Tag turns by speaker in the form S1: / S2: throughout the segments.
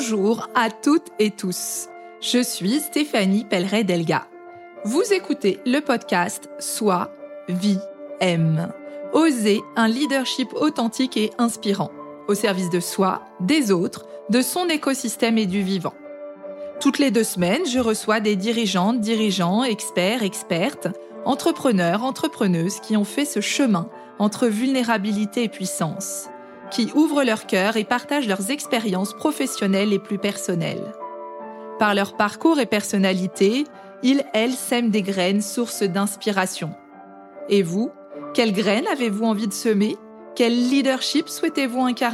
S1: Bonjour à toutes et tous. Je suis Stéphanie Pelleret-Delga. Vous écoutez le podcast Soi, Vie, Aime. Osez un leadership authentique et inspirant, au service de soi, des autres, de son écosystème et du vivant. Toutes les 2 semaines, je reçois des dirigeantes, dirigeants, experts, expertes, entrepreneurs, entrepreneuses qui ont fait ce chemin entre vulnérabilité et puissance, qui ouvrent leur cœur et partagent leurs expériences professionnelles et plus personnelles. Par leur parcours et personnalité, ils, elles, sèment des graines sources d'inspiration. Et vous, quelles graines avez-vous envie de semer ? Quel leadership souhaitez-vous incarner ?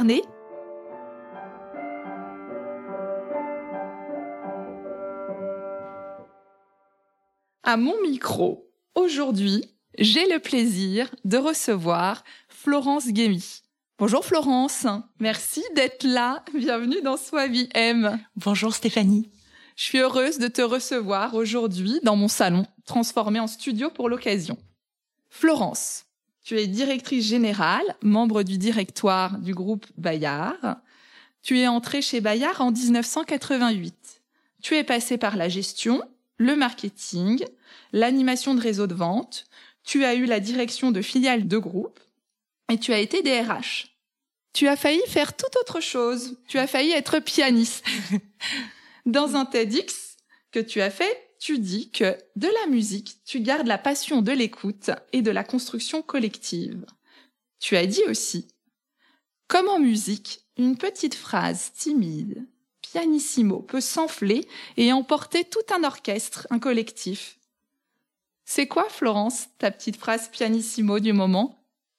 S1: À mon micro, aujourd'hui, j'ai le plaisir de recevoir Florence Guémy. Bonjour Florence, merci d'être là. Bienvenue dans Soi, Vie, Aime.
S2: Bonjour Stéphanie.
S1: Je suis heureuse de te recevoir aujourd'hui dans mon salon, transformé en studio pour l'occasion. Florence, tu es directrice générale, membre du directoire du groupe Bayard. Tu es entrée chez Bayard en 1988. Tu es passée par la gestion, le marketing, l'animation de réseau de vente. Tu as eu la direction de filiales de groupe et tu as été DRH. Tu as failli faire toute autre chose. Tu as failli être pianiste. Dans un TEDx que tu as fait, tu dis que de la musique, tu gardes la passion de l'écoute et de la construction collective. Tu as dit aussi, comme en musique, une petite phrase timide, pianissimo, peut s'enfler et emporter tout un orchestre, un collectif. C'est quoi, Florence, ta petite phrase pianissimo du moment ?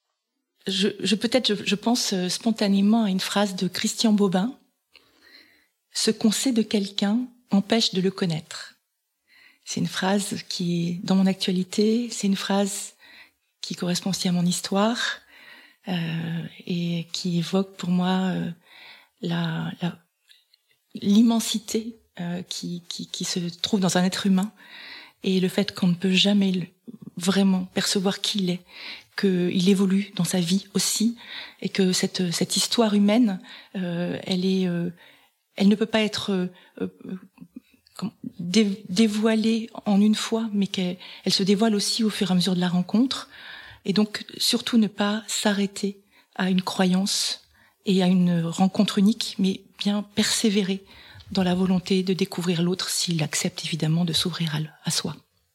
S2: Je pense spontanément à une phrase de Christian Bobin. Ce qu'on sait de quelqu'un empêche de le connaître. C'est une phrase qui est dans mon actualité, c'est une phrase qui correspond aussi à mon histoire et qui évoque pour moi l'immensité qui se trouve dans un être humain et le fait qu'on ne peut jamais vraiment percevoir qui il est, qu'il évolue dans sa vie aussi et que cette histoire humaine, elle ne peut pas être dévoilée en une fois, mais qu'elle se dévoile aussi au fur et à mesure de la rencontre. Et donc, surtout ne pas s'arrêter à une croyance et à une rencontre unique, mais bien persévérer dans la volonté de découvrir l'autre s'il accepte évidemment de s'ouvrir à soi.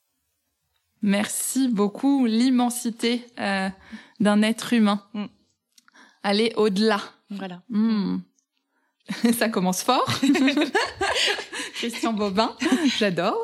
S1: Merci beaucoup, l'immensité d'un être humain. Aller au-delà.
S2: Voilà.
S1: Ça commence fort. Christian Bobin, j'adore.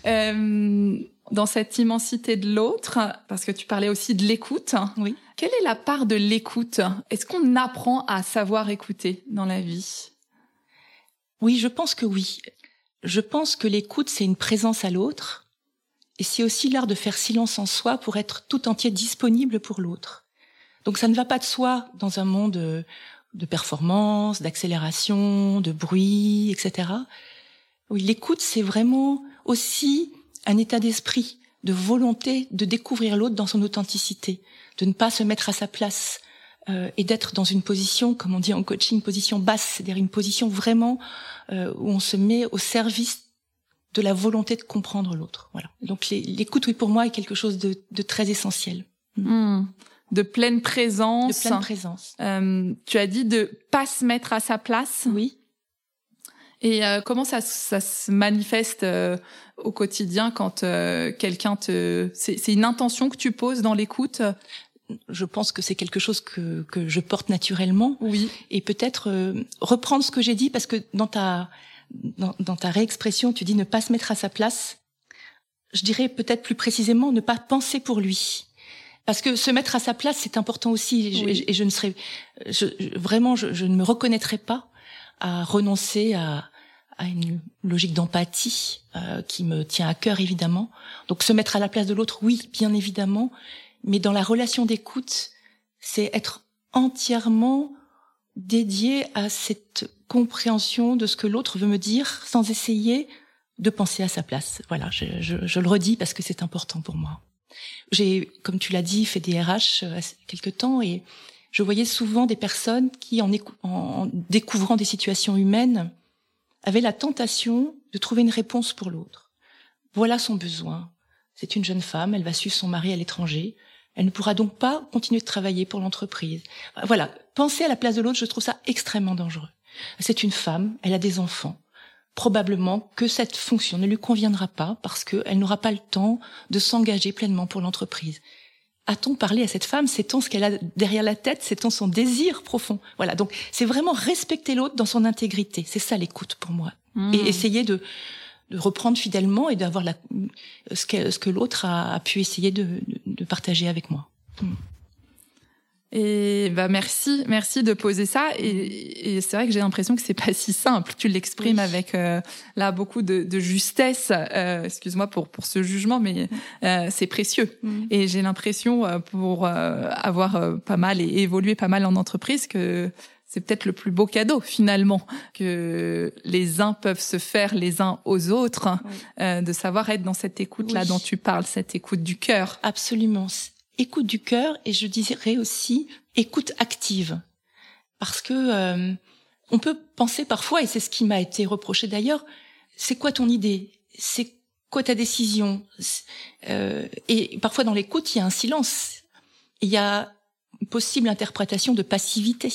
S1: Dans cette immensité de l'autre, parce que tu parlais aussi de l'écoute.
S2: Oui.
S1: Quelle est la part de l'écoute ? Est-ce qu'on apprend à savoir écouter dans la vie ?
S2: Oui, je pense que oui. Je pense que l'écoute, c'est une présence à l'autre. Et c'est aussi l'art de faire silence en soi pour être tout entier disponible pour l'autre. Donc ça ne va pas de soi dans un monde de performance, d'accélération, de bruit, etc. Oui, l'écoute, c'est vraiment aussi un état d'esprit, de volonté de découvrir l'autre dans son authenticité, de ne pas se mettre à sa place et d'être dans une position, comme on dit en coaching, position basse, c'est-à-dire une position vraiment où on se met au service de la volonté de comprendre l'autre. Voilà. Donc l'écoute, oui, pour moi, est quelque chose de très essentiel.
S1: De pleine présence.
S2: De pleine présence.
S1: Tu as dit de pas se mettre à sa place.
S2: Oui.
S1: Et comment ça se manifeste au quotidien quand quelqu'un c'est une intention que tu poses dans l'écoute ?
S2: Je pense que c'est quelque chose que je porte naturellement.
S1: Oui.
S2: Et peut-être reprendre ce que j'ai dit, parce que dans ta réexpression, tu dis ne pas se mettre à sa place. Je dirais peut-être plus précisément ne pas penser pour lui. Parce que se mettre à sa place, c'est important aussi.
S1: Oui.
S2: Et je ne me reconnaîtrais pas à renoncer à une logique d'empathie qui me tient à cœur, évidemment. Donc se mettre à la place de l'autre, oui, bien évidemment. Mais dans la relation d'écoute, c'est être entièrement dédié à cette compréhension de ce que l'autre veut me dire, sans essayer de penser à sa place. Voilà, je le redis parce que c'est important pour moi. J'ai, comme tu l'as dit, fait des RH quelque temps et je voyais souvent des personnes qui, en découvrant des situations humaines, avait la tentation de trouver une réponse pour l'autre. Voilà son besoin. C'est une jeune femme, elle va suivre son mari à l'étranger. Elle ne pourra donc pas continuer de travailler pour l'entreprise. Voilà, penser à la place de l'autre, je trouve ça extrêmement dangereux. C'est une femme, elle a des enfants. Probablement que cette fonction ne lui conviendra pas parce qu'elle n'aura pas le temps de s'engager pleinement pour l'entreprise. A-t-on parlé à cette femme? Sait-on ce qu'elle a derrière la tête? Sait-on son désir profond? Voilà, donc c'est vraiment respecter l'autre dans son intégrité. C'est ça l'écoute pour moi. Et essayer de reprendre fidèlement et d'avoir ce que l'autre a pu essayer de partager avec moi.
S1: Et merci de poser ça. Et c'est vrai que j'ai l'impression que c'est pas si simple. Tu l'exprimes avec là beaucoup de justesse. Excuse-moi pour ce jugement, mais c'est précieux. Et j'ai l'impression, pour avoir pas mal et évolué pas mal en entreprise, que c'est peut-être le plus beau cadeau finalement que les uns peuvent se faire les uns aux autres, de savoir être dans cette écoute-là dont tu parles, cette écoute du cœur.
S2: Absolument. Écoute du cœur, et je dirais aussi écoute active. Parce que on peut penser parfois, et c'est ce qui m'a été reproché d'ailleurs, c'est quoi ton idée? C'est quoi ta décision? Et parfois dans l'écoute, il y a un silence. Il y a une possible interprétation de passivité.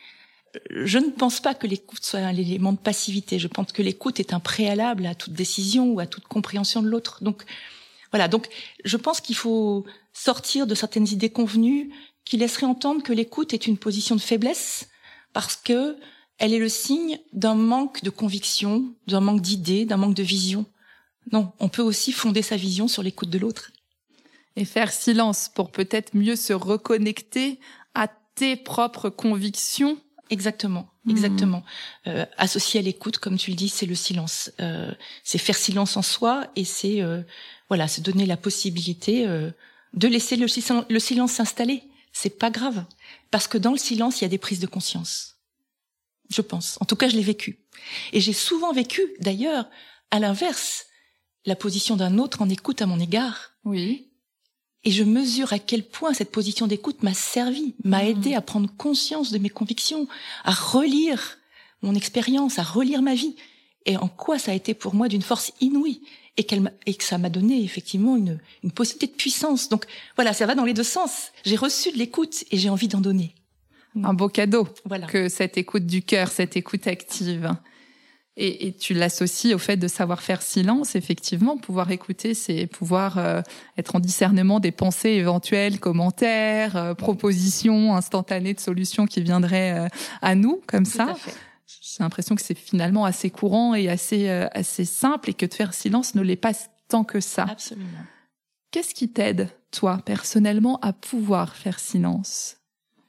S2: Je ne pense pas que l'écoute soit un élément de passivité. Je pense que l'écoute est un préalable à toute décision ou à toute compréhension de l'autre. Donc, voilà. Donc, je pense qu'il faut sortir de certaines idées convenues qui laisseraient entendre que l'écoute est une position de faiblesse parce que elle est le signe d'un manque de conviction, d'un manque d'idées, d'un manque de vision. Non, on peut aussi fonder sa vision sur l'écoute de l'autre.
S1: Et faire silence pour peut-être mieux se reconnecter à tes propres convictions.
S2: Exactement. Associé à l'écoute, comme tu le dis, c'est le silence. C'est faire silence en soi et c'est se donner la possibilité de laisser le silence s'installer. C'est pas grave, parce que dans le silence, il y a des prises de conscience. Je pense. En tout cas, je l'ai vécu. Et j'ai souvent vécu, d'ailleurs, à l'inverse, la position d'un autre en écoute à mon égard.
S1: Oui.
S2: Et je mesure à quel point cette position d'écoute m'a servi, m'a aidé à prendre conscience de mes convictions, à relire mon expérience, à relire ma vie, et en quoi ça a été pour moi d'une force inouïe, et que ça m'a donné effectivement une possibilité de puissance. Donc voilà, ça va dans les deux sens. J'ai reçu de l'écoute et j'ai envie d'en donner.
S1: Un beau cadeau, que cette écoute du cœur, cette écoute active. Et tu l'associes au fait de savoir faire silence, effectivement. Pouvoir écouter, c'est pouvoir être en discernement des pensées éventuelles, commentaires, propositions instantanées de solutions qui viendraient à nous, comme
S2: Tout
S1: ça.
S2: À fait.
S1: J'ai l'impression que c'est finalement assez courant et assez simple, et que de faire silence ne l'est pas tant que ça.
S2: Absolument.
S1: Qu'est-ce qui t'aide, toi, personnellement, à pouvoir faire silence?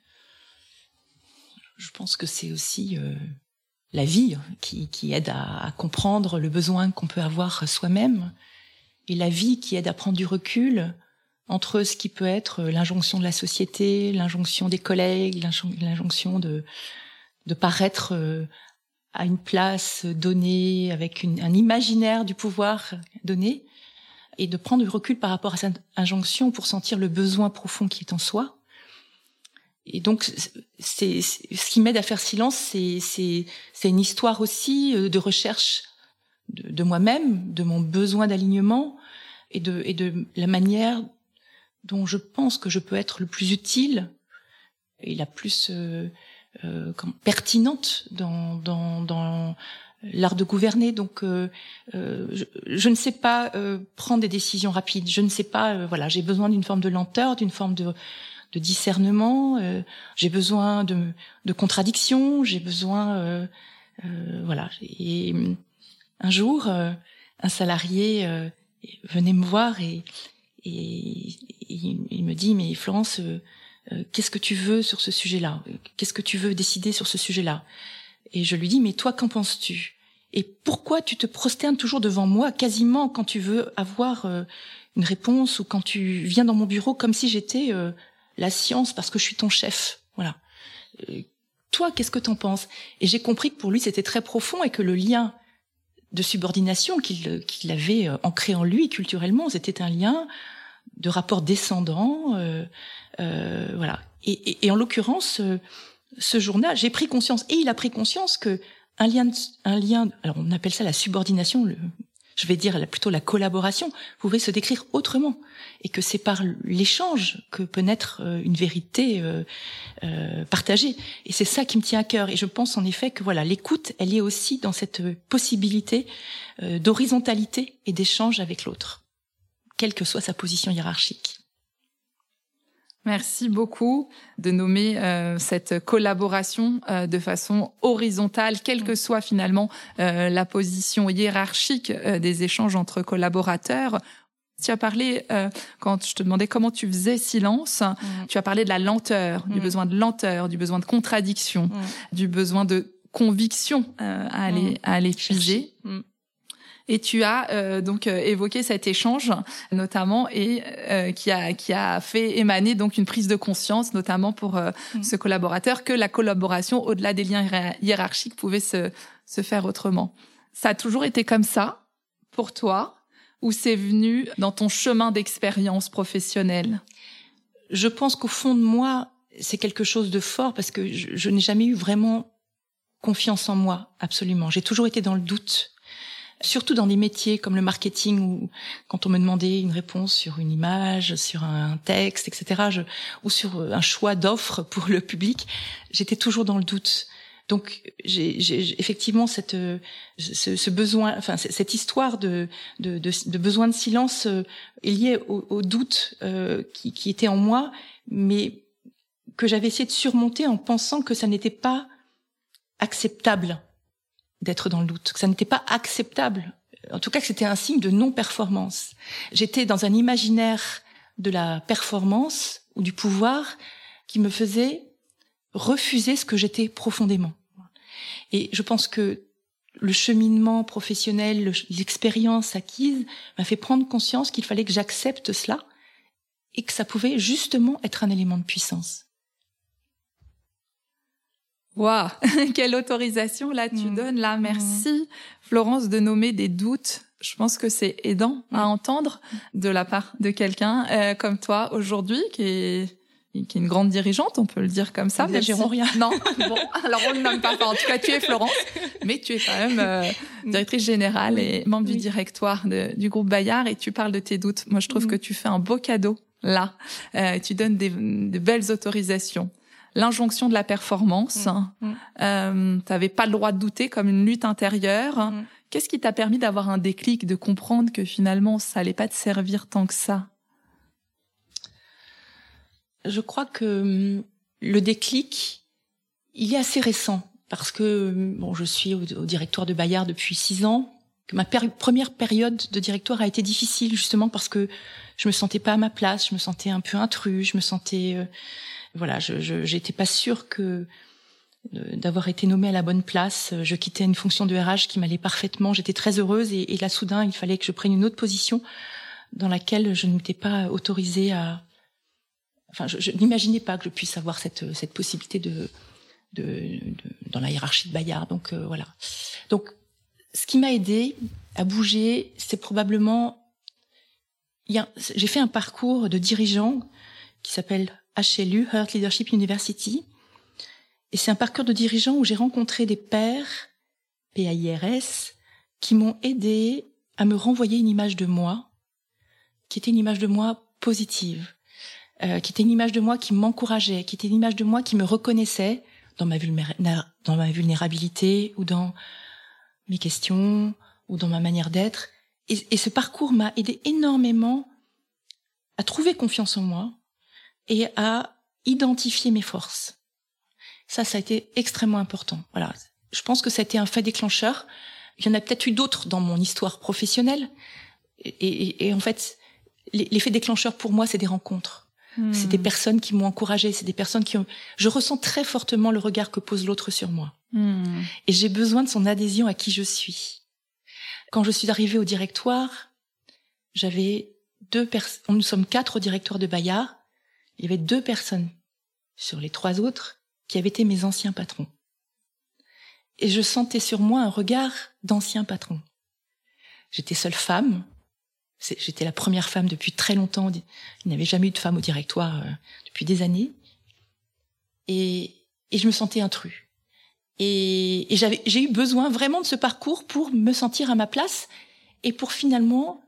S2: Je pense que c'est aussi la vie qui aide à comprendre le besoin qu'on peut avoir soi-même, et la vie qui aide à prendre du recul entre ce qui peut être l'injonction de la société, l'injonction des collègues, l'injonction de paraître à une place donnée, avec un imaginaire du pouvoir donné, et de prendre du recul par rapport à cette injonction pour sentir le besoin profond qui est en soi. Et donc, c'est ce qui m'aide à faire silence, c'est une histoire aussi de recherche de moi-même, de mon besoin d'alignement, et de la manière dont je pense que je peux être le plus utile et la plus pertinente dans l'art de gouverner. Donc, je ne sais pas prendre des décisions rapides. Je ne sais pas. J'ai besoin d'une forme de lenteur, d'une forme de discernement. J'ai besoin de contradiction. J'ai besoin. Et un jour, un salarié venait me voir et il me dit: mais Florence, qu'est-ce que tu veux sur ce sujet-là? Qu'est-ce que tu veux décider sur ce sujet-là? Et je lui dis: mais toi, qu'en penses-tu? Et pourquoi tu te prosternes toujours devant moi, quasiment quand tu veux avoir une réponse, ou quand tu viens dans mon bureau comme si j'étais la science parce que je suis ton chef? Voilà. Toi, qu'est-ce que t'en penses? Et j'ai compris que pour lui, c'était très profond, et que le lien de subordination qu'il avait ancré en lui culturellement, c'était un lien de rapport descendant. Et en l'occurrence, ce jour-là, j'ai pris conscience, et il a pris conscience, que un lien, alors on appelle ça la subordination, je vais dire plutôt la collaboration, pouvait se décrire autrement, et que c'est par l'échange que peut naître une vérité partagée. Et c'est ça qui me tient à cœur. Et je pense en effet que voilà, l'écoute, elle est aussi dans cette possibilité d'horizontalité et d'échange avec l'autre, quelle que soit sa position hiérarchique.
S1: Merci beaucoup de nommer cette collaboration de façon horizontale, quelle que soit finalement la position hiérarchique des échanges entre collaborateurs. Tu as parlé, quand je te demandais comment tu faisais silence, tu as parlé de la lenteur, du besoin de lenteur, du besoin de contradiction, du besoin de conviction à aller puiser. Et tu as donc évoqué cet échange notamment et qui a fait émaner donc une prise de conscience notamment pour ce collaborateur que la collaboration au-delà des liens hiérarchiques pouvait se faire autrement. Ça a toujours été comme ça pour toi ou c'est venu dans ton chemin d'expérience professionnelle?
S2: Je pense qu'au fond de moi, c'est quelque chose de fort parce que je n'ai jamais eu vraiment confiance en moi, absolument. J'ai toujours été dans le doute. Surtout dans des métiers comme le marketing où quand on me demandait une réponse sur une image, sur un texte, etc., ou sur un choix d'offres pour le public, j'étais toujours dans le doute. Donc j'ai effectivement ce besoin, enfin cette histoire de besoin de silence est liée au doute qui était en moi, mais que j'avais essayé de surmonter en pensant que ça n'était pas acceptable d'être dans le doute, que ça n'était pas acceptable, en tout cas que c'était un signe de non-performance. J'étais dans un imaginaire de la performance ou du pouvoir qui me faisait refuser ce que j'étais profondément. Et je pense que le cheminement professionnel, l'expérience acquise m'a fait prendre conscience qu'il fallait que j'accepte cela et que ça pouvait justement être un élément de puissance.
S1: Waouh, quelle autorisation là tu donnes là, merci Florence de nommer des doutes. Je pense que c'est aidant à entendre de la part de quelqu'un comme toi aujourd'hui qui est une grande dirigeante, on peut le dire comme ça.
S2: N'exagérons rien.
S1: Non, bon, alors on ne nomme pas. En tout cas, tu es Florence, mais tu es quand même directrice générale et membre du directoire du groupe Bayard et tu parles de tes doutes. Moi, je trouve que tu fais un beau cadeau là. Tu donnes de belles autorisations. L'injonction de la performance, t'avais pas le droit de douter comme une lutte intérieure. Qu'est-ce qui t'a permis d'avoir un déclic, de comprendre que finalement ça allait pas te servir tant que ça?
S2: Je crois que le déclic, il est assez récent parce que bon, je suis au directoire de Bayard depuis 6 ans. Ma première période de directoire a été difficile justement parce que je me sentais pas à ma place, je me sentais un peu intrus, je me sentais voilà, j'étais pas sûre que d'avoir été nommée à la bonne place. Je quittais une fonction de RH qui m'allait parfaitement. J'étais très heureuse et là soudain il fallait que je prenne une autre position dans laquelle je ne m'étais pas autorisée à. Enfin, je n'imaginais pas que je puisse avoir cette possibilité dans la hiérarchie de Bayard. Donc voilà. Donc ce qui m'a aidée à bouger, c'est probablement j'ai fait un parcours de dirigeant qui s'appelle HLU, Heart Leadership University. Et c'est un parcours de dirigeant où j'ai rencontré des pairs, PAIRS, qui m'ont aidé à me renvoyer une image de moi, qui était une image de moi positive, qui était une image de moi qui m'encourageait, qui était une image de moi qui me reconnaissait dans ma vulnérabilité ou dans mes questions ou dans ma manière d'être. Et ce parcours m'a aidé énormément à trouver confiance en moi et à identifier mes forces. Ça a été extrêmement important. Voilà. Je pense que ça a été un fait déclencheur. Il y en a peut-être eu d'autres dans mon histoire professionnelle. Et en fait, les faits déclencheurs pour moi, c'est des rencontres. C'est des personnes qui m'ont encouragée, c'est des personnes je ressens très fortement le regard que pose l'autre sur moi. Et j'ai besoin de son adhésion à qui je suis. Quand je suis arrivée au directoire, j'avais 2 personnes. Nous sommes 4 au directoire de Bayard. Il y avait 2 personnes sur les 3 autres qui avaient été mes anciens patrons. Et je sentais sur moi un regard d'ancien patron. J'étais seule femme. J'étais la première femme depuis très longtemps. Il n'y avait jamais eu de femme au directoire depuis des années. Et je me sentais intrus. Et j'ai eu besoin vraiment de ce parcours pour me sentir à ma place et pour finalement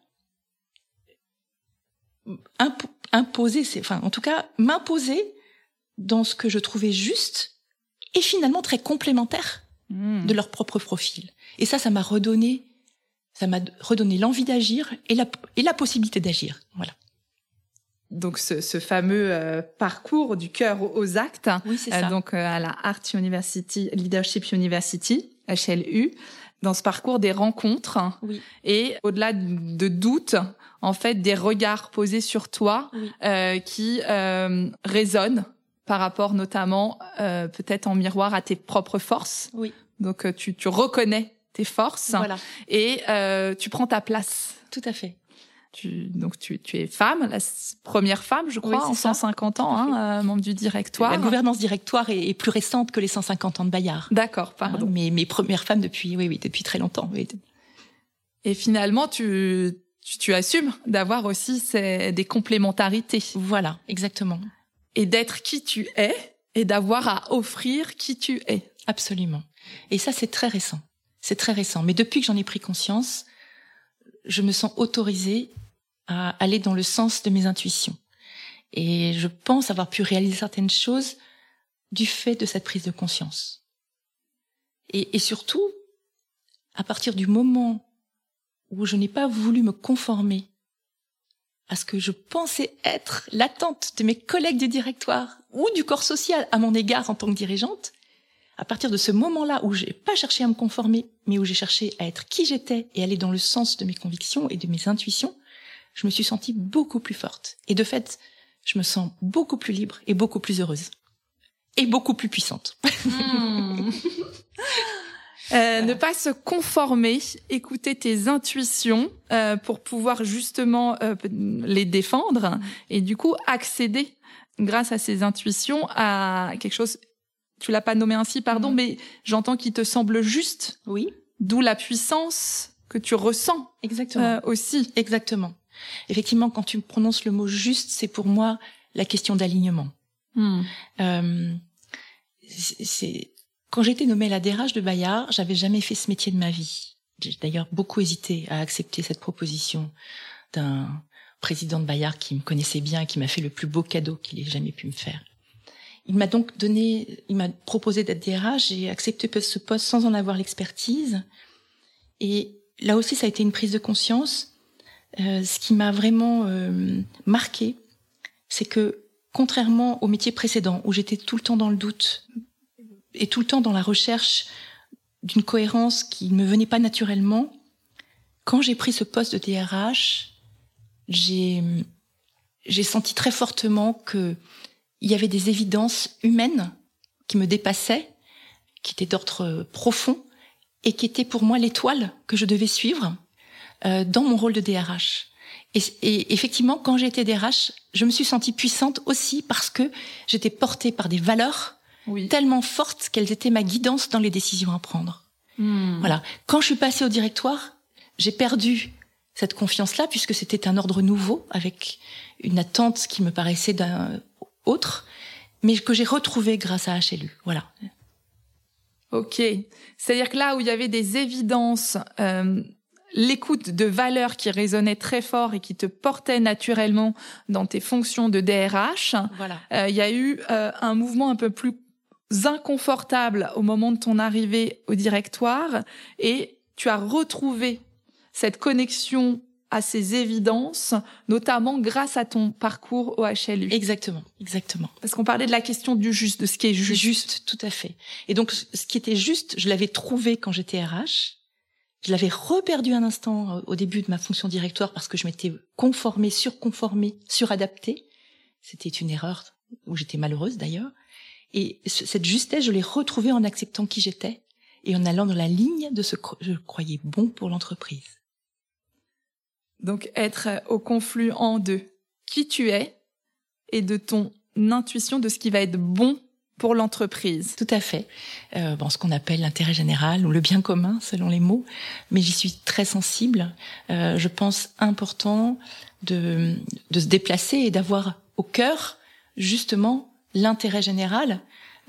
S2: m'imposer dans ce que je trouvais juste et finalement très complémentaire de leur propre profil. Et ça m'a redonné l'envie d'agir et la possibilité d'agir. Voilà.
S1: Donc ce fameux parcours du cœur aux actes,
S2: oui, c'est ça.
S1: Donc à la Art University, Leadership University, HLU, dans ce parcours des rencontres,
S2: oui.
S1: Et au-delà de doutes, en fait, des regards posés sur toi,
S2: oui.
S1: Qui résonnent par rapport notamment peut-être en miroir à tes propres forces.
S2: Oui.
S1: Donc tu reconnais tes forces,
S2: voilà.
S1: Et tu prends ta place.
S2: Tout à fait.
S1: Tu es femme, la première femme, je crois, en 150 ans, membre du directoire.
S2: La gouvernance directoire est plus récente que les 150 ans de Bayard.
S1: D'accord, pardon.
S2: Mais mes premières femmes depuis très longtemps. Oui.
S1: Et finalement, tu assumes d'avoir aussi des complémentarités.
S2: Voilà, exactement.
S1: Et d'être qui tu es et d'avoir à offrir qui tu es.
S2: Absolument. Et ça, c'est très récent. C'est très récent. Mais depuis que j'en ai pris conscience, je me sens autorisée à aller dans le sens de mes intuitions. Et je pense avoir pu réaliser certaines choses du fait de cette prise de conscience. Et surtout, à partir du moment où je n'ai pas voulu me conformer à ce que je pensais être l'attente de mes collègues du directoire ou du corps social à mon égard en tant que dirigeante, à partir de ce moment-là où j'ai pas cherché à me conformer, mais où j'ai cherché à être qui j'étais et aller dans le sens de mes convictions et de mes intuitions, je me suis sentie beaucoup plus forte. Et de fait, je me sens beaucoup plus libre et beaucoup plus heureuse. Et beaucoup plus puissante.
S1: Voilà. Ne pas se conformer, écouter tes intuitions pour pouvoir justement les défendre et du coup accéder grâce à ces intuitions à quelque chose, tu l'as pas nommé ainsi, pardon, mais j'entends qu'il te semble juste.
S2: Oui.
S1: D'où la puissance que tu ressens.
S2: Exactement.
S1: Aussi.
S2: Exactement. Effectivement, quand tu prononces le mot juste, c'est pour moi la question d'alignement. Quand j'ai été nommée la DRH de Bayard, j'avais jamais fait ce métier de ma vie. J'ai d'ailleurs beaucoup hésité à accepter cette proposition d'un président de Bayard qui me connaissait bien et qui m'a fait le plus beau cadeau qu'il ait jamais pu me faire. Il m'a proposé d'être DRH, j'ai accepté ce poste sans en avoir l'expertise. Et là aussi, ça a été une prise de conscience. Ce qui m'a vraiment marquée, c'est que contrairement au métier précédent, où j'étais tout le temps dans le doute et tout le temps dans la recherche d'une cohérence qui ne me venait pas naturellement, quand j'ai pris ce poste de DRH, j'ai senti très fortement que il y avait des évidences humaines qui me dépassaient, qui étaient d'ordre profond et qui étaient pour moi l'étoile que je devais suivre dans mon rôle de DRH. Et effectivement, quand j'ai été DRH, je me suis sentie puissante aussi parce que j'étais portée par des valeurs tellement fortes qu'elles étaient ma guidance dans les décisions à prendre. Voilà. Quand je suis passée au directoire, j'ai perdu cette confiance-là puisque c'était un ordre nouveau avec une attente qui me paraissait autre, mais que j'ai retrouvée grâce à HLU. Voilà.
S1: Ok. C'est-à-dire que là où il y avait des évidences, l'écoute de valeurs qui résonnaient très fort et qui te portaient naturellement dans tes fonctions de DRH,
S2: voilà.
S1: Il y a eu un mouvement un peu plus inconfortable au moment de ton arrivée au directoire et tu as retrouvé cette connexion à ces évidences, notamment grâce à ton parcours au HLU.
S2: Exactement.
S1: Parce qu'on parlait de la question du juste, de ce qui est juste.
S2: Juste, tout à fait. Et donc, ce qui était juste, je l'avais trouvé quand j'étais RH. Je l'avais reperdu un instant au début de ma fonction directoire parce que je m'étais conformée, suradaptée. C'était une erreur où j'étais malheureuse d'ailleurs. Et cette justesse, je l'ai retrouvée en acceptant qui j'étais et en allant dans la ligne de ce que je croyais bon pour l'entreprise.
S1: Donc, être au confluent de qui tu es et de ton intuition de ce qui va être bon pour l'entreprise.
S2: Tout à fait. Ce qu'on appelle l'intérêt général ou le bien commun, selon les mots. Mais j'y suis très sensible. Je pense important de se déplacer et d'avoir au cœur, justement, l'intérêt général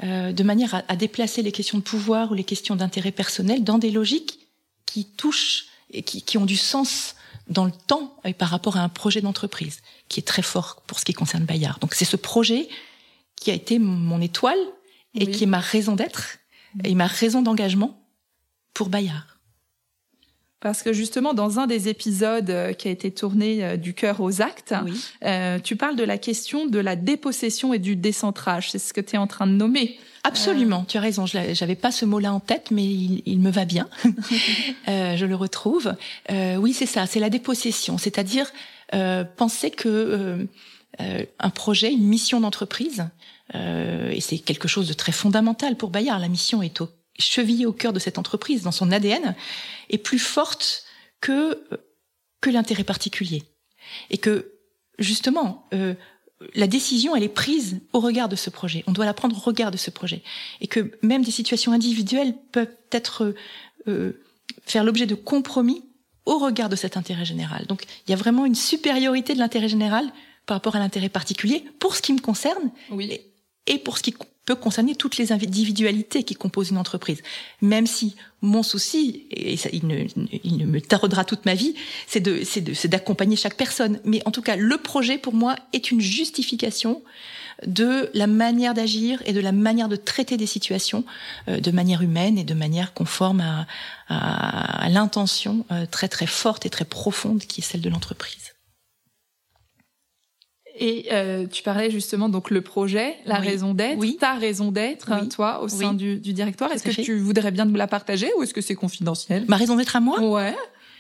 S2: de manière à déplacer les questions de pouvoir ou les questions d'intérêt personnel dans des logiques qui touchent et qui ont du sens dans le temps et par rapport à un projet d'entreprise qui est très fort pour ce qui concerne Bayard. Donc c'est ce projet qui a été mon étoile et qui est ma raison d'être et ma raison d'engagement pour Bayard.
S1: Parce que justement, dans un des épisodes qui a été tourné du cœur aux actes, tu parles de la question de la dépossession et du décentrage. C'est ce que tu es en train de nommer.
S2: Absolument, tu as raison. J'avais pas ce mot-là en tête, mais il me va bien. Je le retrouve. Oui, c'est ça. C'est la dépossession. C'est-à-dire penser que un projet, une mission d'entreprise, et c'est quelque chose de très fondamental pour Bayard. La mission est chevillée au cœur de cette entreprise, dans son ADN, est plus forte que l'intérêt particulier. Et que, justement, la décision, elle est prise au regard de ce projet. On doit la prendre au regard de ce projet. Et que même des situations individuelles peuvent être faire l'objet de compromis au regard de cet intérêt général. Donc, il y a vraiment une supériorité de l'intérêt général par rapport à l'intérêt particulier, pour ce qui me concerne, et pour ce qui peut concerner toutes les individualités qui composent une entreprise. Même si mon souci, et ça, il ne me taraudera toute ma vie, c'est d'accompagner chaque personne. Mais en tout cas, le projet, pour moi, est une justification de la manière d'agir et de la manière de traiter des situations de manière humaine et de manière conforme à l'intention très très forte et très profonde qui est celle de l'entreprise.
S1: Et tu parlais justement donc le projet, la raison d'être, ta raison d'être, toi, au sein du directoire. Est-ce que tu voudrais bien nous la partager ou est-ce que c'est confidentiel?
S2: Ma raison d'être à moi?
S1: Ouais.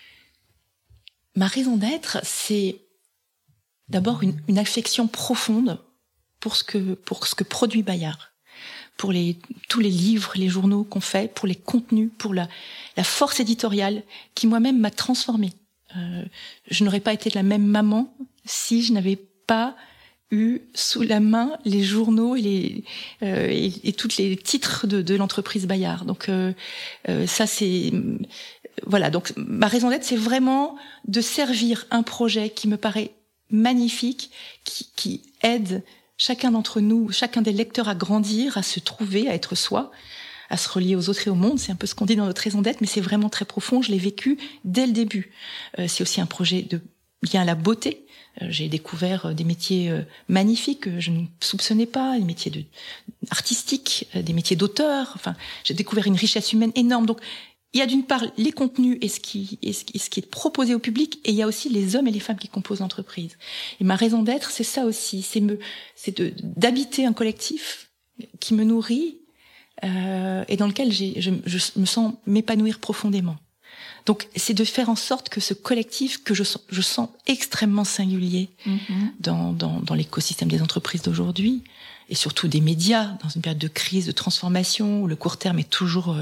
S2: Ma raison d'être, c'est d'abord une affection profonde pour ce que produit Bayard, pour tous les livres, les journaux qu'on fait, pour les contenus, pour la force éditoriale qui moi-même m'a transformée. Je n'aurais pas été la même maman si je n'avais pas eu sous la main les journaux et tous les titres de l'entreprise Bayard. Donc ça c'est voilà. Donc ma raison d'être, c'est vraiment de servir un projet qui me paraît magnifique, qui aide chacun d'entre nous, chacun des lecteurs à grandir, à se trouver, à être soi, à se relier aux autres et au monde. C'est un peu ce qu'on dit dans notre raison d'être, mais c'est vraiment très profond. Je l'ai vécu dès le début. C'est aussi un projet de lien à la beauté. J'ai découvert des métiers magnifiques que je ne soupçonnais pas, des métiers artistiques, des métiers d'auteur. Enfin, j'ai découvert une richesse humaine énorme. Donc, il y a d'une part les contenus et ce qui est proposé au public, et il y a aussi les hommes et les femmes qui composent l'entreprise. Et ma raison d'être, c'est ça aussi, c'est d'habiter un collectif qui me nourrit et dans lequel je me sens m'épanouir profondément. Donc, c'est de faire en sorte que ce collectif que je sens extrêmement singulier dans l'écosystème des entreprises d'aujourd'hui, et surtout des médias, dans une période de crise, de transformation, où le court terme est toujours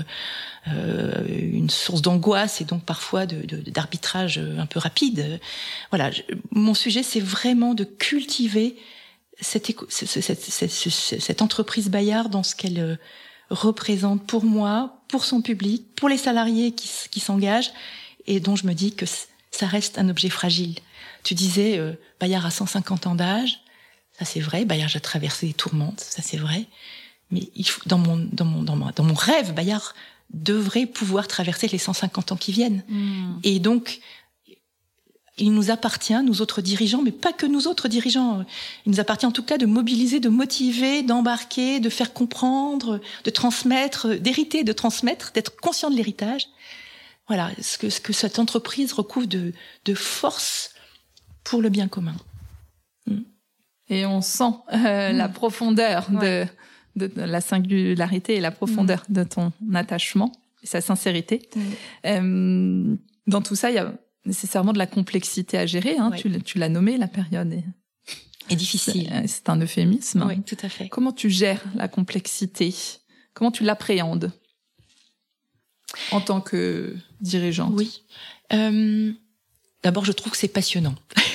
S2: une source d'angoisse et donc parfois d'arbitrage un peu rapide. Voilà, mon sujet, c'est vraiment de cultiver cette entreprise Bayard dans ce qu'elle représente pour moi, pour son public, pour les salariés qui s'engagent, et dont je me dis que ça reste un objet fragile. Tu disais, Bayard a 150 ans d'âge, ça c'est vrai, Bayard a traversé des tourmentes, ça c'est vrai, mais il faut, dans mon rêve, Bayard devrait pouvoir traverser les 150 ans qui viennent. Et donc, il nous appartient, nous autres dirigeants, mais pas que nous autres dirigeants. Il nous appartient en tout cas de mobiliser, de motiver, d'embarquer, de faire comprendre, de transmettre, d'hériter, de transmettre, d'être conscient de l'héritage. Voilà, ce que cette entreprise recouvre de force pour le bien commun.
S1: Et on sent la profondeur de la singularité et la profondeur de ton attachement et sa sincérité. Dans tout ça, il y a nécessairement de la complexité à gérer. Tu l'as nommé, la période
S2: est difficile.
S1: C'est un euphémisme.
S2: Oui, tout à fait.
S1: Comment tu gères la complexité? Comment tu l'appréhendes en tant que dirigeante?
S2: Oui. D'abord, je trouve que c'est passionnant.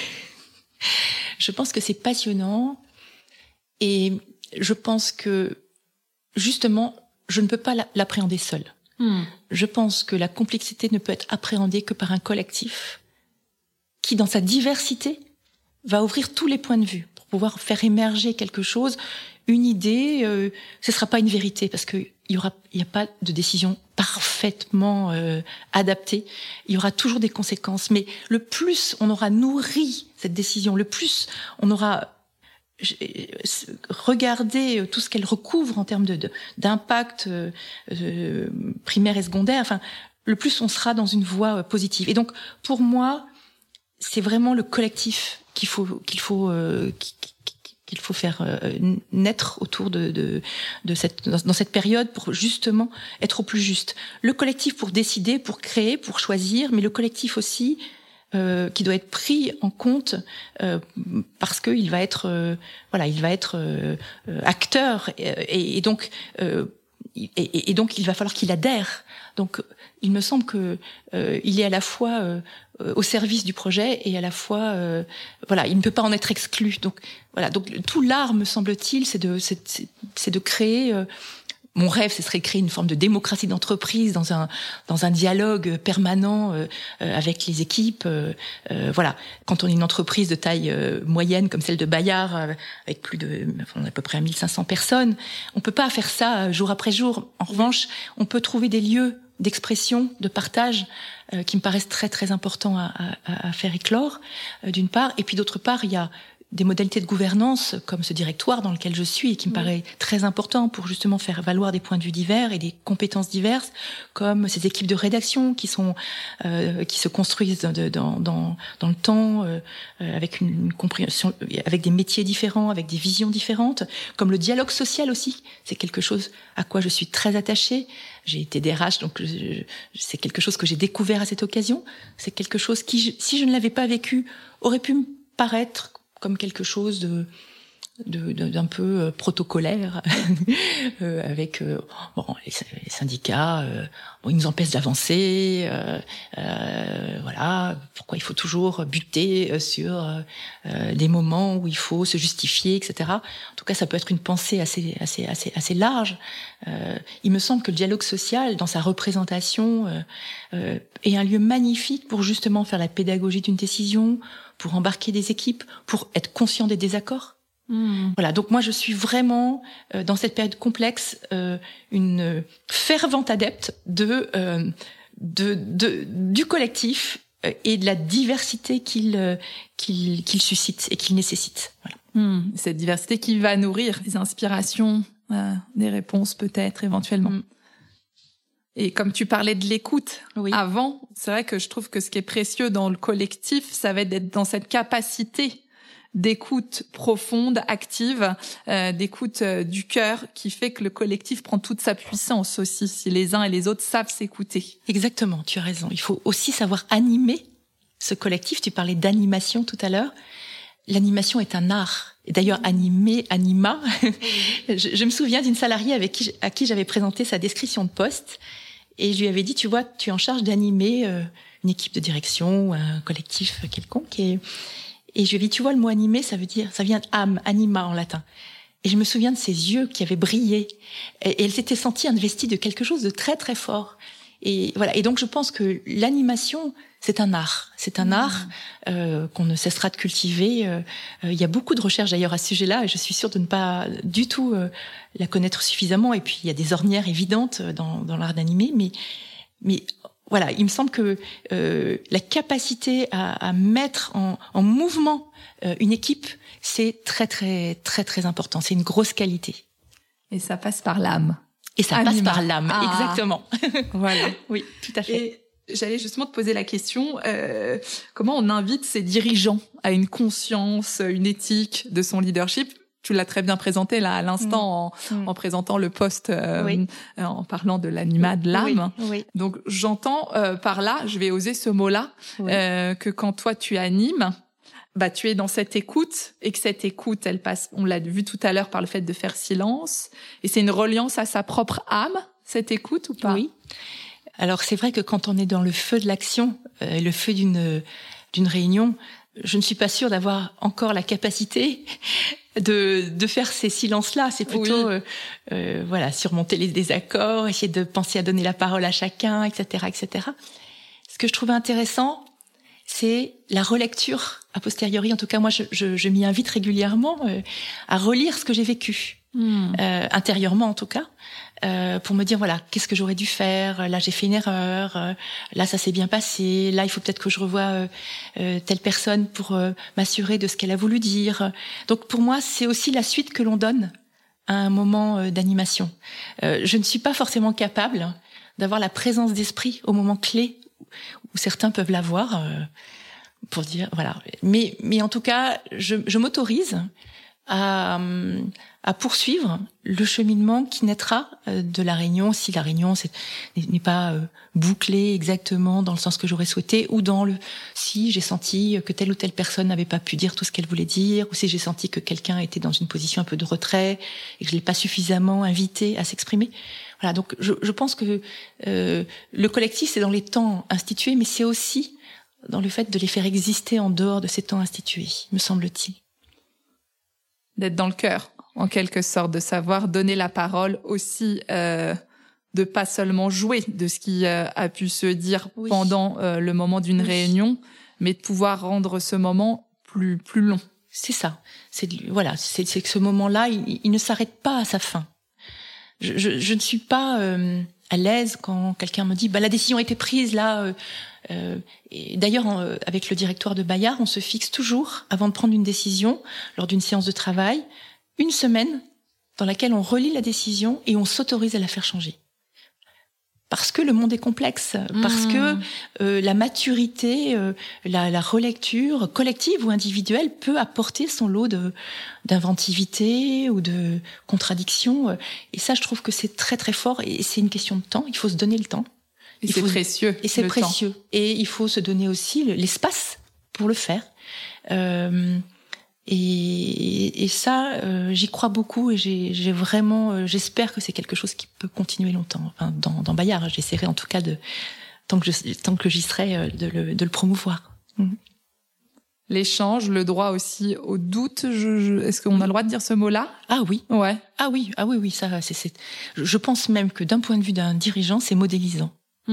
S2: Je pense que c'est passionnant et je pense que, justement, je ne peux pas l'appréhender seule. Je pense que la complexité ne peut être appréhendée que par un collectif qui, dans sa diversité, va ouvrir tous les points de vue pour pouvoir faire émerger quelque chose, une idée. Ce sera pas une vérité parce que il y a pas de décision parfaitement adaptée. Il y aura toujours des conséquences. Mais le plus on aura nourri cette décision, le plus on aura regardé tout ce qu'elle recouvre en termes d'impact primaire et secondaire. Enfin, le plus on sera dans une voie positive. Et donc, pour moi, c'est vraiment le collectif qu'il faut faire naître autour dans cette période pour justement être au plus juste. Le collectif pour décider, pour créer, pour choisir, mais le collectif aussi qui doit être pris en compte parce que il va être acteur et donc il va falloir qu'il adhère. Donc il me semble que il est à la fois au service du projet et à la fois il ne peut pas en être exclu. Donc tout l'art, me semble-t-il, c'est de créer mon rêve, ce serait de créer une forme de démocratie d'entreprise dans un dialogue permanent avec les équipes. Quand on est une entreprise de taille moyenne comme celle de Bayard, avec à peu près 1500 personnes, on peut pas faire ça jour après jour. En revanche, on peut trouver des lieux d'expression, de partage, qui me paraissent très très importants à faire éclore, d'une part, et puis d'autre part, il y a des modalités de gouvernance comme ce directoire dans lequel je suis et qui me paraît très important pour justement faire valoir des points de vue divers et des compétences diverses, comme ces équipes de rédaction qui se construisent dans le temps avec une compréhension, avec des métiers différents, avec des visions différentes, comme le dialogue social aussi. C'est quelque chose à quoi je suis très attachée. J'ai été DRH, donc c'est quelque chose que j'ai découvert à cette occasion. C'est quelque chose qui, si je ne l'avais pas vécu, aurait pu me paraître comme quelque chose d'un peu protocolaire avec les syndicats ils nous empêchent d'avancer, pourquoi il faut toujours buter sur des moments où il faut se justifier, etc. En tout cas, ça peut être une pensée assez large. Il me semble que le dialogue social, dans sa représentation, est un lieu magnifique pour justement faire la pédagogie d'une décision, pour embarquer des équipes, pour être conscient des désaccords. Voilà, donc moi je suis vraiment dans cette période complexe une fervente adepte du collectif et de la diversité qu'il suscite et qu'il nécessite. Voilà.
S1: Cette diversité qui va nourrir des inspirations, des réponses peut-être éventuellement. Et comme tu parlais de l'écoute avant, c'est vrai que je trouve que ce qui est précieux dans le collectif, ça va être d'être dans cette capacité d'écoute profonde, active, d'écoute du cœur, qui fait que le collectif prend toute sa puissance aussi, si les uns et les autres savent s'écouter.
S2: Exactement, tu as raison. Il faut aussi savoir animer ce collectif. Tu parlais d'animation tout à l'heure. L'animation est un art. Et d'ailleurs, anima. Je me souviens d'une salariée à qui j'avais présenté sa description de poste. Et je lui avais dit, tu vois, tu es en charge d'animer une équipe de direction ou un collectif quelconque. Et je lui ai dit, tu vois, le mot animer, ça vient d'âme, anima en latin. Et je me souviens de ses yeux qui avaient brillé. Et elle s'était sentie investie de quelque chose de très, très fort. Et voilà. Et donc, je pense que l'animation, c'est un art. C'est un art qu'on ne cessera de cultiver. Il y a beaucoup de recherches d'ailleurs à ce sujet-là, et je suis sûre de ne pas du tout la connaître suffisamment. Et puis, il y a des ornières évidentes dans l'art d'animer. Mais voilà, il me semble que la capacité à mettre en mouvement une équipe, c'est très, très, très, très important. C'est une grosse qualité.
S1: Et ça passe par l'âme.
S2: Et ça passe par l'âme, exactement.
S1: Voilà.
S2: Oui, tout à fait.
S1: Et j'allais justement te poser la question, comment on invite ces dirigeants à une conscience, une éthique de son leadership? Tu l'as très bien présenté là à l'instant en présentant le poste, en parlant de l'anima, de l'âme.
S2: Oui.
S1: Donc j'entends par là, je vais oser ce mot-là, que quand toi tu animes, tu es dans cette écoute et que cette écoute, elle passe, on l'a vu tout à l'heure par le fait de faire silence, et c'est une reliance à sa propre âme, cette écoute ou pas?
S2: Oui. Alors c'est vrai que quand on est dans le feu de l'action, le feu d'une réunion, je ne suis pas sûre d'avoir encore la capacité de faire ces silences-là. C'est plutôt surmonter les désaccords, essayer de penser à donner la parole à chacun, etc., etc. Ce que je trouvais intéressant, c'est la relecture a posteriori. En tout cas, moi, je m'y invite régulièrement à relire ce que j'ai vécu, intérieurement en tout cas, pour me dire, voilà, qu'est-ce que j'aurais dû faire? Là, j'ai fait une erreur. Là, ça s'est bien passé. Là, il faut peut-être que je revoie telle personne pour m'assurer de ce qu'elle a voulu dire. Donc, pour moi, c'est aussi la suite que l'on donne à un moment d'animation. Je ne suis pas forcément capable d'avoir la présence d'esprit au moment clé où certains peuvent l'avoir, pour dire, voilà. Mais en tout cas, je m'autorise à poursuivre le cheminement qui naîtra de la réunion, si la réunion n'est pas bouclée exactement dans le sens que j'aurais souhaité, ou si j'ai senti que telle ou telle personne n'avait pas pu dire tout ce qu'elle voulait dire, ou si j'ai senti que quelqu'un était dans une position un peu de retrait et que je l'ai pas suffisamment invité à s'exprimer. Voilà, donc je pense que le collectif, c'est dans les temps institués, mais c'est aussi dans le fait de les faire exister en dehors de ces temps institués, me semble-t-il.
S1: D'être dans le cœur, en quelque sorte, de savoir donner la parole aussi, de pas seulement jouer de ce qui a pu se dire pendant le moment d'une réunion, mais de pouvoir rendre ce moment plus long.
S2: C'est ça. C'est que ce moment-là, il ne s'arrête pas à sa fin. Je ne suis pas à l'aise quand quelqu'un me dit la décision a été prise là. Et d'ailleurs, avec le directoire de Bayard, on se fixe toujours, avant de prendre une décision, lors d'une séance de travail, une semaine dans laquelle on relit la décision et on s'autorise à la faire changer. Parce que le monde est complexe, parce que la maturité, la relecture collective ou individuelle peut apporter son lot d'inventivité ou de contradiction. Et ça, je trouve que c'est très très fort et c'est une question de temps. Il faut se donner le temps.
S1: Et c'est précieux.
S2: Et c'est précieux. Temps. Et il faut se donner aussi l'espace pour le faire. Et ça, j'y crois beaucoup et j'ai vraiment, j'espère que c'est quelque chose qui peut continuer longtemps. Enfin, dans Bayard, j'essaierai en tout cas tant que j'y serai, de le promouvoir.
S1: L'échange, le droit aussi au doute. Est-ce qu'on a le droit de dire ce mot-là?
S2: Ah oui.
S1: Ouais.
S2: Ah oui. Ça, je pense même que d'un point de vue d'un dirigeant, c'est modélisant.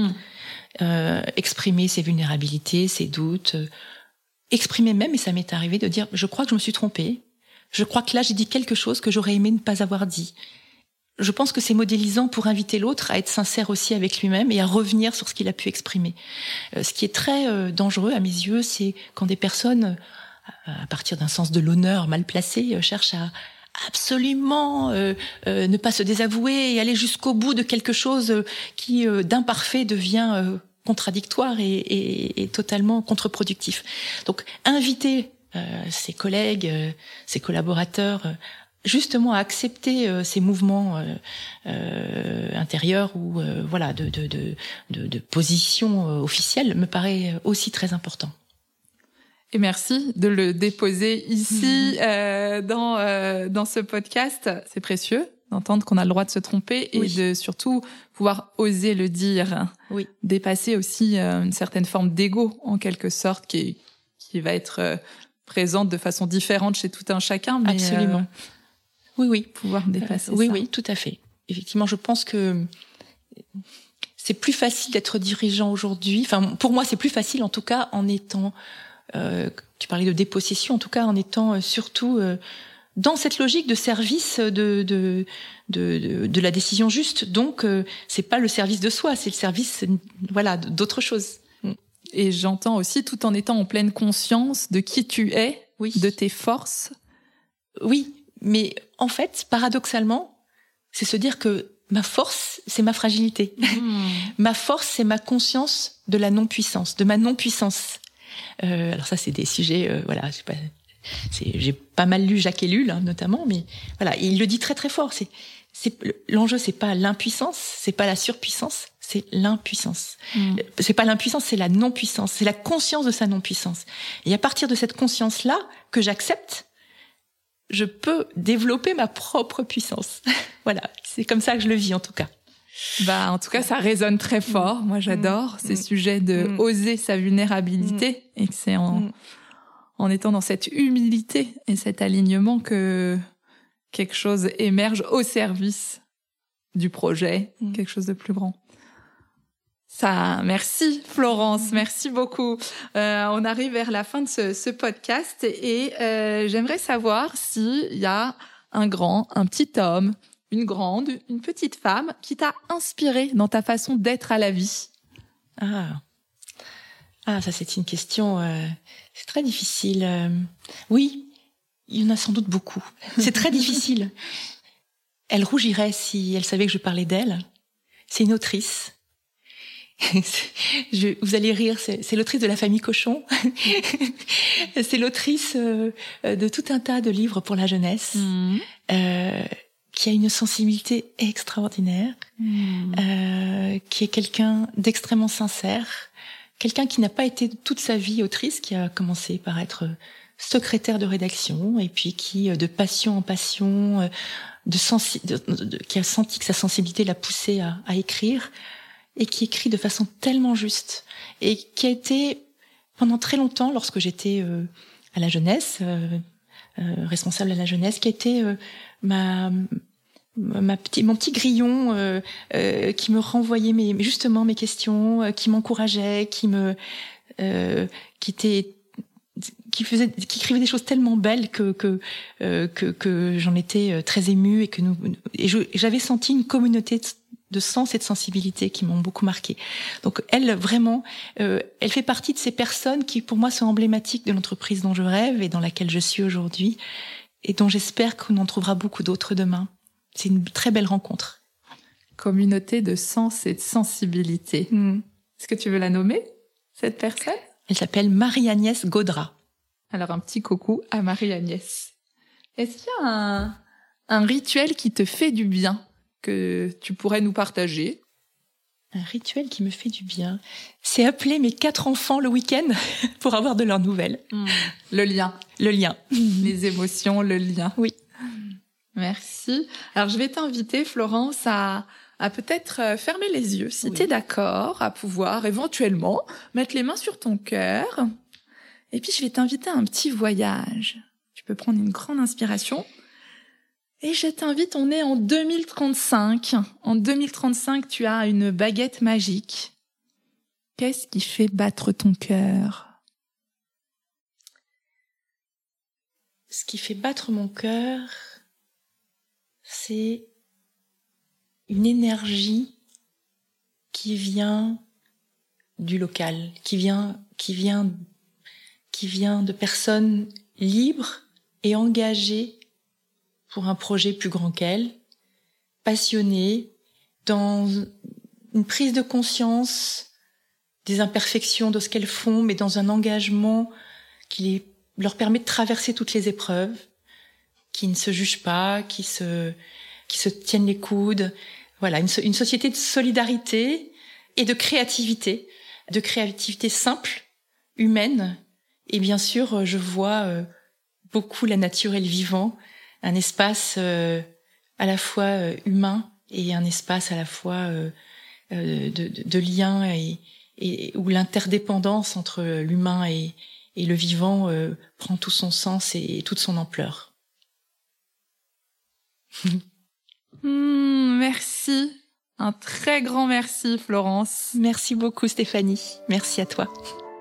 S2: Exprimer ses vulnérabilités, ses doutes. Exprimer même, et ça m'est arrivé de dire, je crois que je me suis trompée. Je crois que là, j'ai dit quelque chose que j'aurais aimé ne pas avoir dit. Je pense que c'est modélisant pour inviter l'autre à être sincère aussi avec lui-même et à revenir sur ce qu'il a pu exprimer. Ce qui est très dangereux à mes yeux, c'est quand des personnes, à partir d'un sens de l'honneur mal placé, cherchent à absolument ne pas se désavouer et aller jusqu'au bout de quelque chose qui, d'imparfait, devient contradictoire et totalement contre-productif. Donc, inviter ses collègues, ses collaborateurs, justement à accepter ces mouvements intérieurs ou de position officielle me paraît aussi très important.
S1: Et merci de le déposer ici dans ce podcast. C'est précieux d'entendre qu'on a le droit de se tromper et de surtout pouvoir oser le dire.
S2: Oui.
S1: Dépasser aussi une certaine forme d'ego en quelque sorte qui va être présente de façon différente chez tout un chacun. Mais
S2: absolument. Oui.
S1: Pouvoir dépasser ça.
S2: Oui, tout à fait. Effectivement, je pense que c'est plus facile d'être dirigeant aujourd'hui. Enfin, pour moi, c'est plus facile en tout cas en étant... tu parlais de dépossession, en tout cas en étant surtout dans cette logique de service de la décision juste. Donc c'est pas le service de soi, c'est le service d'autre chose.
S1: Et j'entends aussi tout en étant en pleine conscience de qui tu es, de tes forces.
S2: Oui, mais en fait, paradoxalement, c'est se dire que ma force, c'est ma fragilité. Ma force, c'est ma conscience de la non-puissance, de ma non-puissance. Alors ça, c'est des sujets, j'ai pas mal lu Jacques Ellul, notamment, mais voilà, il le dit très très fort. L'enjeu, c'est pas l'impuissance, c'est pas la surpuissance, c'est l'impuissance. C'est pas l'impuissance, c'est la non-puissance, c'est la conscience de sa non-puissance. Et à partir de cette conscience-là, que j'accepte, je peux développer ma propre puissance. Voilà, c'est comme ça que je le vis en tout cas.
S1: En tout cas, ça résonne très fort. Moi, j'adore ces sujets de oser sa vulnérabilité et que c'est en étant dans cette humilité et cet alignement que quelque chose émerge au service du projet, quelque chose de plus grand. Ça, merci Florence, merci beaucoup. On arrive vers la fin de ce podcast et j'aimerais savoir s'il y a un grand, un petit homme, une grande, une petite femme qui t'a inspiré dans ta façon d'être à la vie.
S2: Ça c'est une question, c'est très difficile. Oui, il y en a sans doute beaucoup. C'est très difficile. Elle rougirait si elle savait que je parlais d'elle. C'est une autrice. Vous allez rire, c'est l'autrice de La Famille Cochon. C'est l'autrice de tout un tas de livres pour la jeunesse, qui a une sensibilité extraordinaire, qui est quelqu'un d'extrêmement sincère, quelqu'un qui n'a pas été toute sa vie autrice, qui a commencé par être secrétaire de rédaction, et puis qui, de passion en passion, qui a senti que sa sensibilité l'a poussé à écrire, et qui écrit de façon tellement juste, et qui a été, pendant très longtemps, lorsque j'étais à la jeunesse, responsable à la jeunesse, qui a été mon petit grillon qui me renvoyait justement mes questions, qui m'encourageait, qui écrivait des choses tellement belles que j'en étais très émue, et j'avais senti une communauté de sens et de sensibilité qui m'ont beaucoup marquée. Donc elle, vraiment, elle fait partie de ces personnes qui, pour moi, sont emblématiques de l'entreprise dont je rêve et dans laquelle je suis aujourd'hui, et dont j'espère qu'on en trouvera beaucoup d'autres demain. C'est une très belle rencontre.
S1: Communauté de sens et de sensibilité. Est-ce que tu veux la nommer, cette personne ?
S2: Elle s'appelle Marie-Agnès Gaudrat.
S1: Alors un petit coucou à Marie-Agnès. Est-ce qu'il y a un rituel qui te fait du bien que tu pourrais nous partager?
S2: Un rituel qui me fait du bien, c'est appeler mes 4 enfants le week-end pour avoir de leurs nouvelles.
S1: Le lien. Les émotions, le lien.
S2: Oui.
S1: Merci. Alors je vais t'inviter, Florence, à peut-être fermer les yeux, si tu es d'accord, à pouvoir éventuellement mettre les mains sur ton cœur. Et puis je vais t'inviter à un petit voyage. Tu peux prendre une grande inspiration. Et je t'invite, on est en 2035. En 2035, tu as une baguette magique. Qu'est-ce qui fait battre ton cœur?
S2: Ce qui fait battre mon cœur, c'est une énergie qui vient du local, qui vient de personnes libres et engagées pour un projet plus grand qu'elles, passionnées, dans une prise de conscience des imperfections de ce qu'elles font, mais dans un engagement qui leur permet de traverser toutes les épreuves, qui ne se jugent pas, qui se tiennent les coudes. Voilà, une société de solidarité et de créativité simple, humaine. Et bien sûr, je vois beaucoup la nature et le vivant, un espace à la fois humain et un espace à la fois de lien et où l'interdépendance entre l'humain et le vivant prend tout son sens et toute son ampleur.
S1: Merci. Un très grand merci, Florence.
S2: Merci beaucoup, Stéphanie. Merci à toi.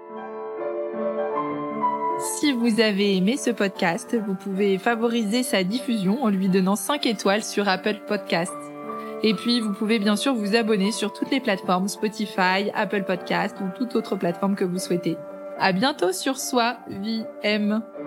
S1: Si vous avez aimé ce podcast, vous pouvez favoriser sa diffusion en lui donnant 5 étoiles sur Apple Podcast. Et puis, vous pouvez bien sûr vous abonner sur toutes les plateformes Spotify, Apple Podcast ou toute autre plateforme que vous souhaitez. À bientôt sur Soi, Vie, Aime.